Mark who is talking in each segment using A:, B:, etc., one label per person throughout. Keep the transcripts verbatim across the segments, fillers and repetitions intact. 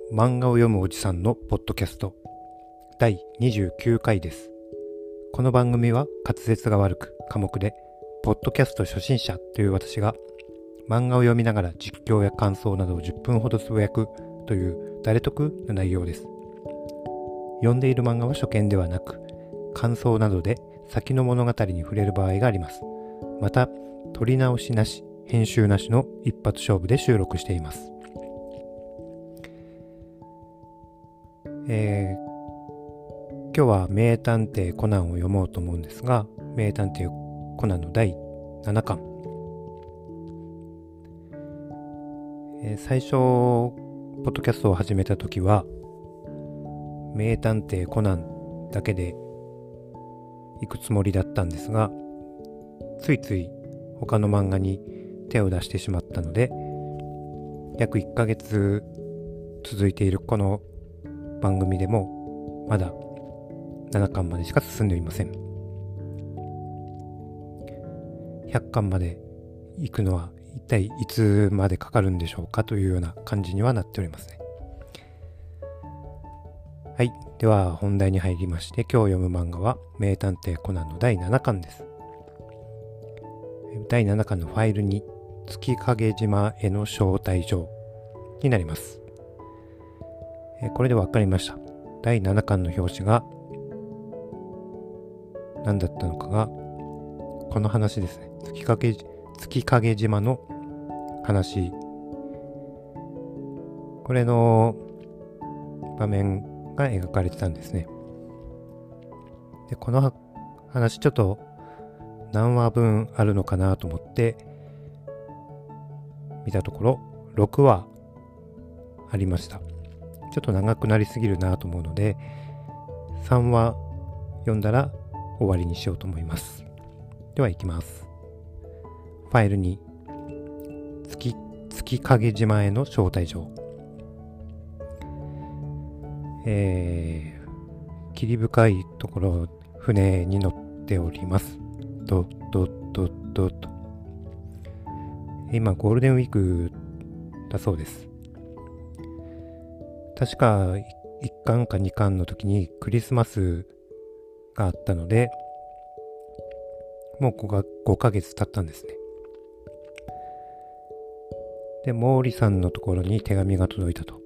A: 漫画を読むおじさんのポッドキャストだいにじゅうきゅうかいです。この番組は滑舌が悪く寡黙でポッドキャスト初心者という私が漫画を読みながら実況や感想などをじゅっぷんほどつぶやくという誰得な内容です。読んでいる漫画は初見ではなく感想などで先の物語に触れる場合があります。また撮り直しなし編集なしの一発勝負で収録しています。えー今日は名探偵コナンを読もうと思うんですが、名探偵コナンのだいななかん、えー、最初ポッドキャストを始めた時は名探偵コナンだけで行くつもりだったんですが、ついつい他の漫画に手を出してしまったので、約いっかげつ続いているこの番組でもまだななかんまでしか進んでいません。ひゃっかんまで行くのは一体いつまでかかるんでしょうかというような感じにはなっておりますね。はい、では本題に入りまして、今日読む漫画は名探偵コナンのだいななかんです。だいななかんのファイルに月影島への招待状になります。これで分かりました。だいななかんの表紙が何だったのかがこの話ですね。月影、月影島の話、これの場面が描かれてたんですね。でこの話ちょっと何話分あるのかなと思って見たところろくわありました。ちょっと長くなりすぎるなと思うのでさんわ読んだら終わりにしようと思います。では行きます。ファイルに月、月影島への招待状。えー、霧深いところ船に乗っております。ドドドドと今ゴールデンウィークだそうです。確かいっかんかにかんの時にクリスマスがあったので、もうここがごかげつ経ったんですね。で、毛利さんのところに手紙が届いたと。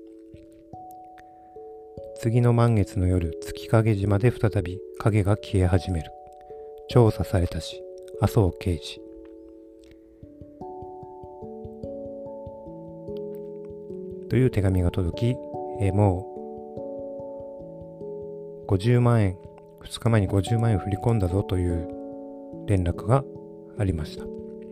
A: 次の満月の夜、月影島で再び影が消え始める。調査されたし、麻生刑事。という手紙が届き、えー、もうごじゅうまんえん、ふつかまえにごじゅうまんえん振り込んだぞという連絡がありました。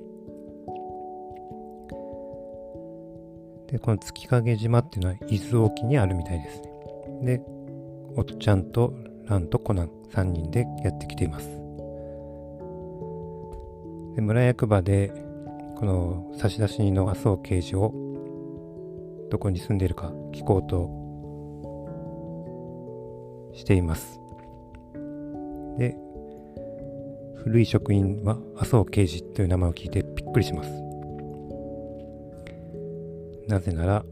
A: で、この月影島っていうのは伊豆沖にあるみたいですね。で、おっちゃんとランとコナンさんにんでやってきています。で、村役場でこの差出人の麻生刑事をどこに住んでいるか聞こうとしています。で、古い職員は麻生刑事という名前を聞いてびっくりします。なぜなら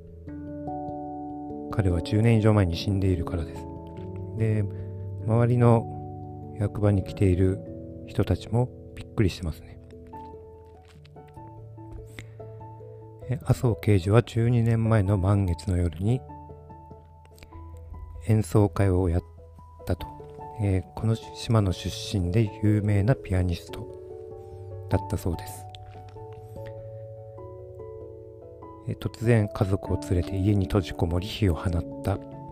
A: 彼はじゅうねん以上前に死んでいるからです。で、周りの役場に来ている人たちもびっくりしてますね。麻生刑事はじゅうにねんまえの満月の夜に演奏会をやったと。えー、この島の出身で有名なピアニストだったそうです。えー、突然家族を連れて家に閉じこもり火を放った。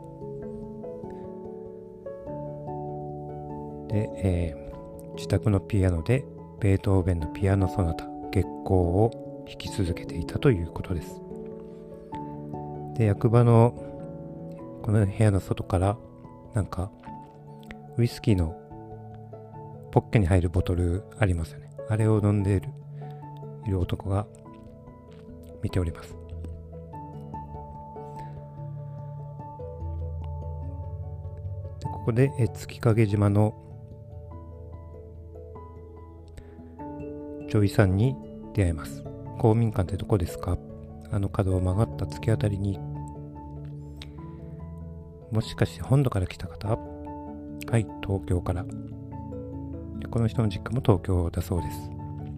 A: で、えー、自宅のピアノでベートーベンのピアノソナタ月光を弾き続けていたということです。で、役場のこの部屋の外からなんかウイスキーのポッケに入るボトルありますよね。あれを飲んでいる、いる男が見ております。で、ここでえ月影島の女医さんに出会います。公民館ってどこですか？あの角を曲がった突き当たりにもしかして本土から来た方？はい、東京から。でこの人の実家も東京だそうです。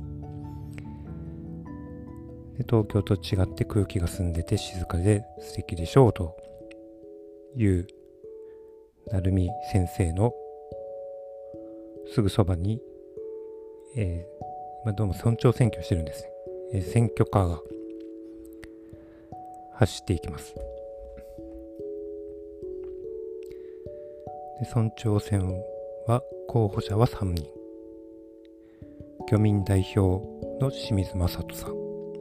A: で東京と違って空気が澄んでて静かで素敵でしょうという成美先生のすぐそばに、えー、今どうも村長選挙してるんですね。えー、選挙カーが走っていきます。で村長選は候補者はさんにん。漁民代表の清水正人さん、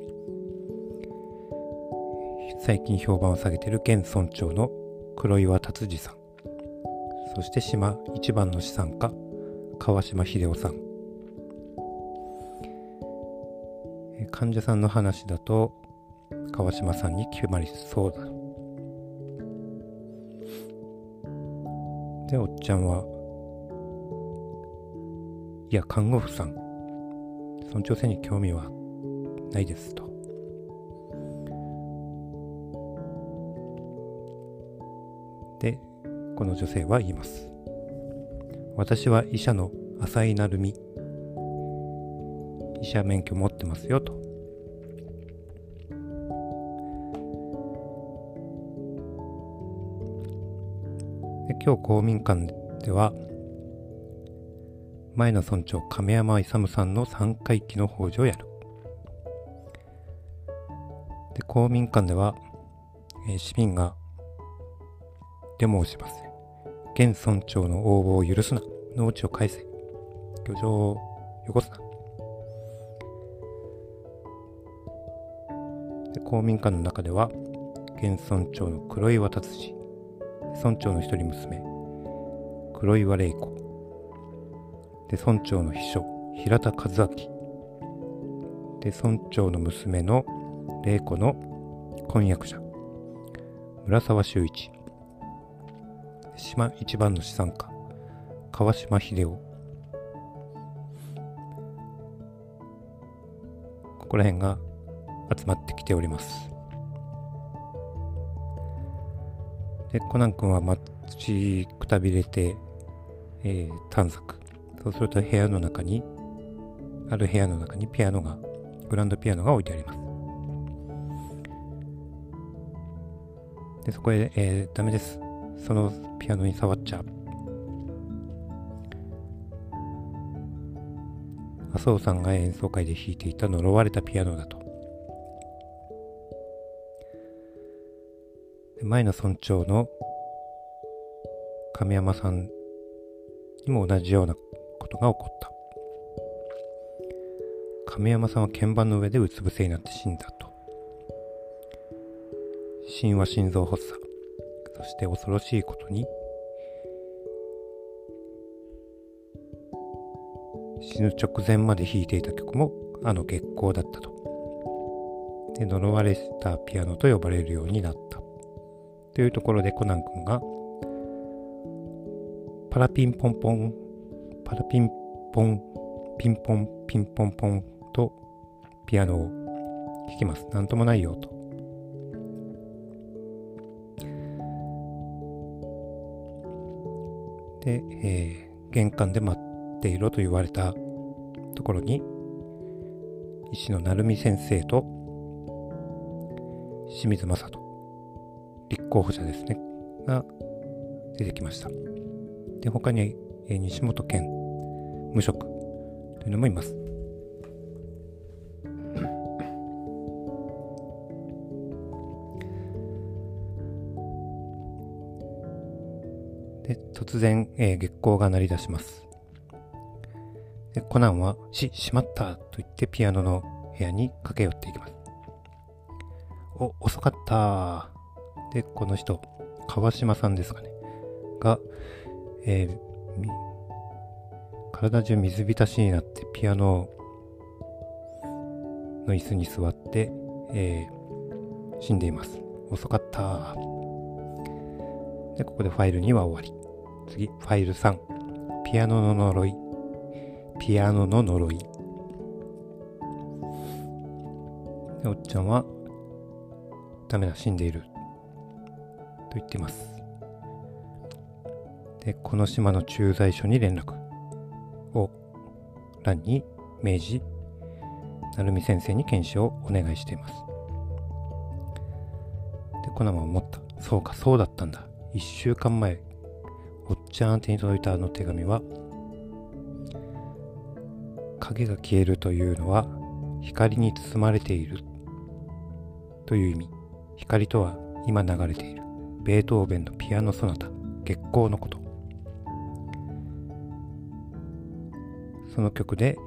A: 最近評判を下げている現村長の黒岩達治さん、そして島一番の資産家川島秀夫さん。患者さんの話だと川島さんに決まりそうだ。でおっちゃんはいや看護婦さん村長選に興味はないですと。でこの女性は言います。私は医者の浅井成美、医者免許持ってますよと。で今日公民館では前の村長亀山勇さんのさんかい忌の法事をやる。で公民館では、えー、市民がデモをします。現村長の応募を許すな、農地を返せ、漁場を汚すな。で公民館の中では現村長の黒岩達治、村長の一人娘黒岩玲子で、村長の秘書平田和明で、村長の娘の玲子の婚約者村沢修一、島一番の資産家川島秀夫、ここら辺が集まってきております。でコナン君は街くたびれて、えー、探索。そうすると部屋の中にある部屋の中にピアノがグランドピアノが置いてあります。でそこへ、えー、ダメです、そのピアノに触っちゃ麻生さんが演奏会で弾いていた呪われたピアノだと。で前の村長の亀山さんにも同じようなことが起こった。亀山さんは鍵盤の上でうつ伏せになって死んだと。死因は心臓発作。そして恐ろしいことに死ぬ直前まで弾いていた曲もあの月光だったと。で呪われたピアノと呼ばれるようになったというところで、コナン君がパラピンポンポンパラピンポンピンポンピンポンポンとピアノを弾きます。なんともないよと。で、えー、玄関で待っていろと言われたところに医師の成美先生と清水正人立候補者ですねが出てきました。で他に、えー、西本健無職というのもいます。で突然、えー、月光が鳴り出します。でコナンはししまったと言ってピアノの部屋に駆け寄っていきます。お遅かった。でこの人川島さんですかねが、えー、体中水浸しになってピアノの椅子に座って、えー、死んでいます。遅かった。でここでファイルには終わり。次ファイルさん、ピアノの呪い。ピアノの呪いでおっちゃんはダメだ死んでいると言っています。 で、この島の駐在所に連絡を欄に明示、成美先生に検視をお願いしています。で、コナンは思った。そうか、そうだったんだ。一週間前、おっちゃん宛てに届いたあの手紙は、影が消えるというのは光に包まれているという意味。光とは今流れているベートーベンのピアノソナタ月光のこと。その曲で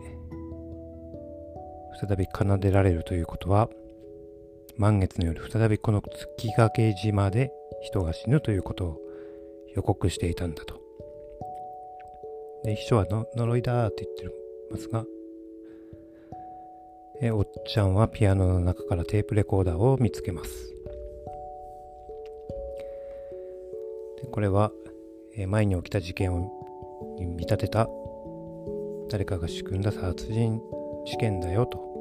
A: 再び奏でられるということは、満月の夜再びこの月掛島で人が死ぬということを予告していたんだと。で、秘書はの呪いだーって言ってますが、えおっちゃんはピアノの中からテープレコーダーを見つけます。で、これは、え前に起きた事件をに見立てた誰かが仕組んだ殺人事件だよと。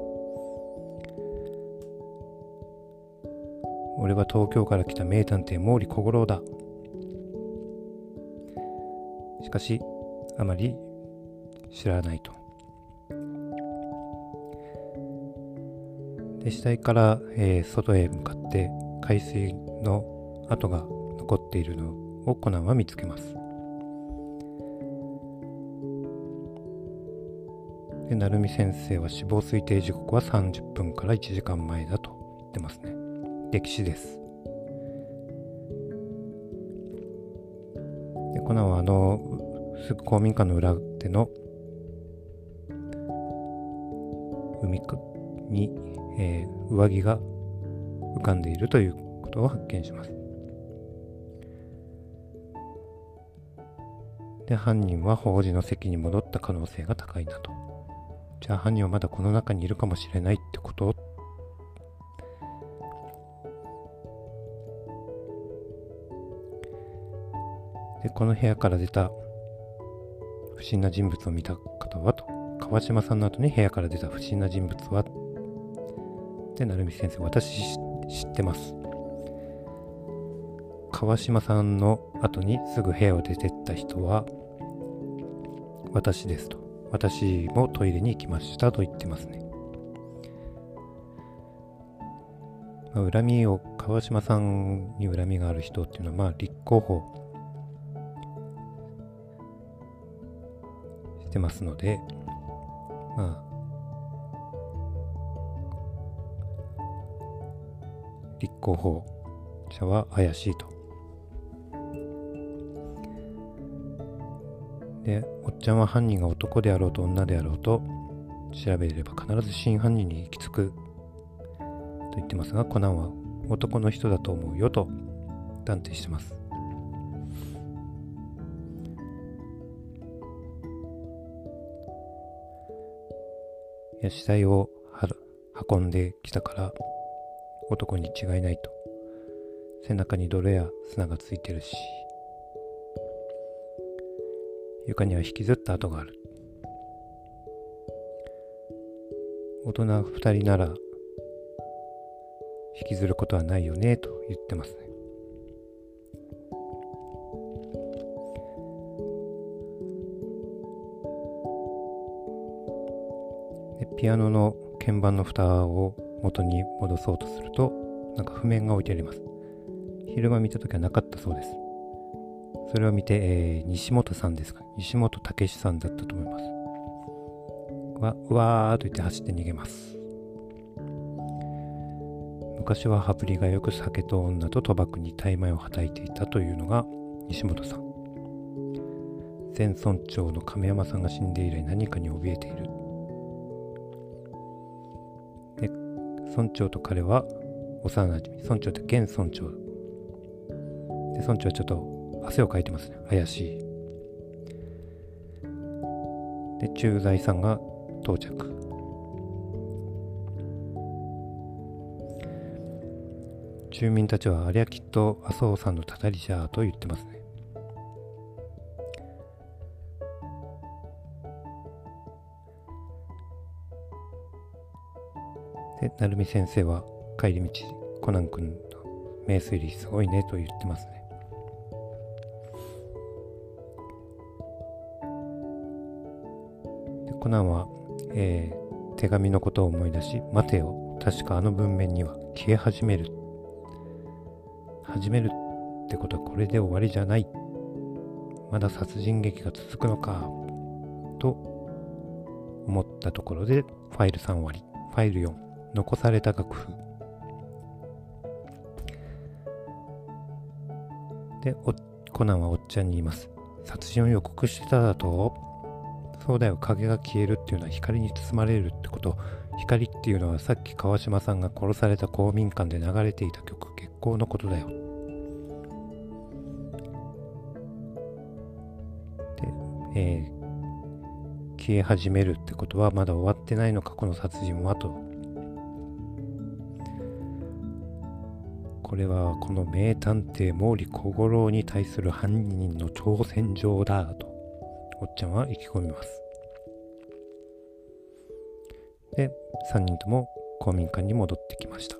A: 俺は東京から来た名探偵毛利小五郎だ。しかしあまり知らないと。で、死体から、えー、外へ向かって海水の跡が残っているのをコナンは見つけます。で、成美先生は死亡推定時刻はさんじゅっぷんからいちじかんまえだと言ってますね。歴史です。で、コナンはあのすぐ公民館の裏手の海に、えー、上着が浮かんでいるということを発見します。で、犯人は法事の席に戻った可能性が高いなと。じゃあ犯人はまだこの中にいるかもしれないってことを、で、この部屋から出た不審な人物を見た方はと。川島さんの後に部屋から出た不審な人物はで、成美先生、私知ってます。川島さんの後にすぐ部屋を出てった人は私ですと。私もトイレに行きましたと言ってますね。まあ、恨みを、川島さんに恨みがある人っていうのは、まあ立候補してますので、まあ立候補者は怪しいと。で、おっちゃんは犯人が男であろうと女であろうと調べれば必ず真犯人に行き着くと言ってますが、コナンは男の人だと思うよと断定してます。いや、死体を運んできたから男に違いないと。背中に泥や砂がついてるし、床には引きずった跡がある。大人二人なら引きずることはないよねと言ってますね。で、ピアノの鍵盤の蓋を元に戻そうとすると、なんか譜面が置いてあります。昼間見たときはなかったそうです。それを見て、えー、西本さんですか、西本武さんだったと思います。わ、うわーと言って走って逃げます。昔は羽振りがよく酒と女と賭博に大枚をはたいていたというのが西本さん。前村長の亀山さんが死んで以来何かに怯えている。で、村長と彼は幼なじみ。村長って現村長で、村長はちょっと汗をかいてますね。怪しい。で、駐在さんが到着。住民たちはありゃきっと麻生さんのたたりじゃと言ってますね。で、成美先生は帰り道、コナン君の名推理すごいねと言ってますね。 でコナンは、えー、手紙のことを思い出し、待てよ、確かあの文面には消え始める始めるってことはこれで終わりじゃない、まだ殺人劇が続くのかと思ったところで、ファイルさん終わり。ファイルよん、残された楽譜で、コナンはおっちゃんに言います。殺人を予告してただと。そうだよ、影が消えるっていうのは光に包まれるってこと。光っていうのはさっき川島さんが殺された公民館で流れていた曲月光のことだよ。で、えー、消え始めるってことはまだ終わってないのか、この殺人はと。これはこの名探偵毛利小五郎に対する犯人の挑戦状だとおっちゃんは意気込みます。で、さんにんとも公民館に戻ってきました。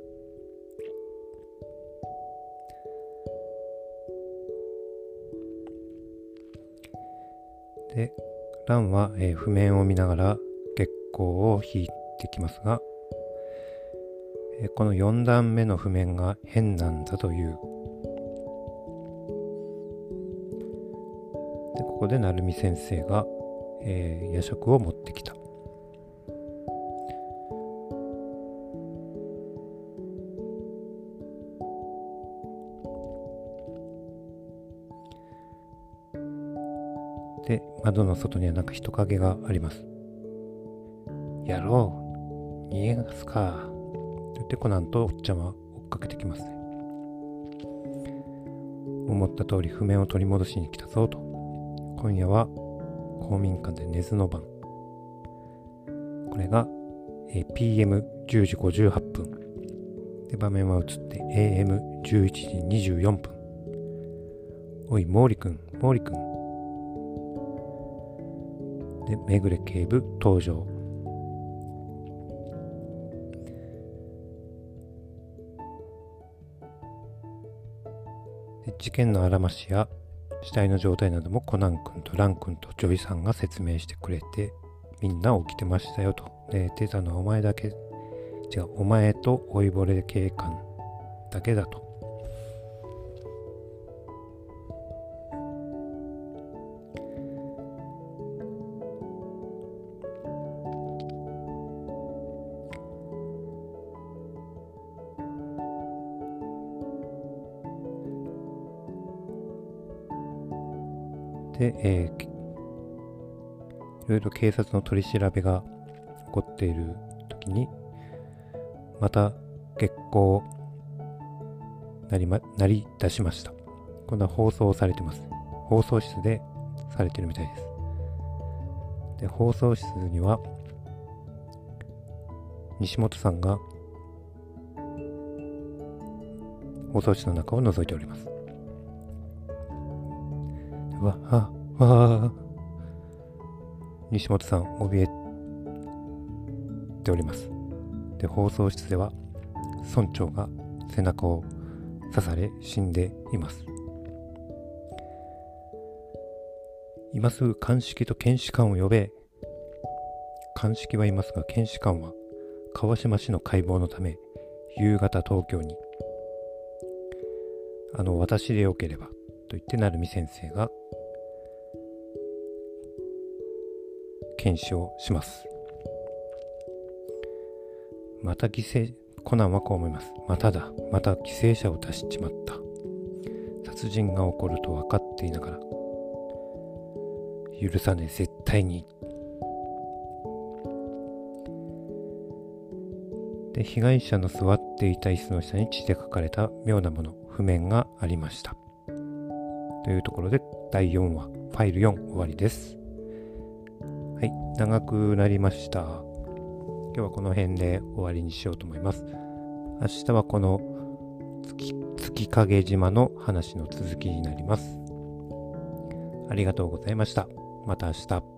A: で、蘭は、えー、譜面を見ながら月光を弾いてきますが、えー、このよん段目の譜面が変なんだという。で、ここで成美先生が、えー、夜食を持ってきた。で、窓の外にはなんか人影があります。やろう、逃げますか。と言ってコナンとおっちゃんは追っかけてきますね。思った通り譜面を取り戻しに来たぞと。今夜は公民館で寝ずの番。これが、えー、ピーエムじゅうじごじゅうはっぷんで、場面は移って エーエムじゅういちじにじゅうよんぷん。おい毛利くん、毛利くんで、めぐれ警部登場。で、事件のあらましや死体の状態などもコナン君とラン君とジョイさんが説明してくれて、みんな起きてましたよと。寝てたのはお前だけ、違う、お前と老いぼれ警官だけだと。で、えー、いろいろ警察の取り調べが起こっている時に、また月光なり、ま、なり出しました。今度は放送されてます。放送室でされてるみたいです。で、放送室には西本さんが放送室の中を覗いております。わあわあ、西本さん怯えております。で、放送室では村長が背中を刺され死んでいます。今すぐ鑑識と検視官を呼べ。鑑識はいますが、検視官は川島氏の解剖のため夕方東京に。あの私でよければと言って成美先生が検視をします。また犠牲、コナンはこう思います。まただ、また犠牲者を出しちまった。殺人が起こると分かっていながら、許さねえ、絶対に。で、被害者の座っていた椅子の下に血で書かれた妙なもの、譜面がありました。というところでだいよんわ、ファイルよん終わりです。はい、長くなりました。今日はこの辺で終わりにしようと思います。明日はこの 月, 月影島の話の続きになります。ありがとうございました。また明日。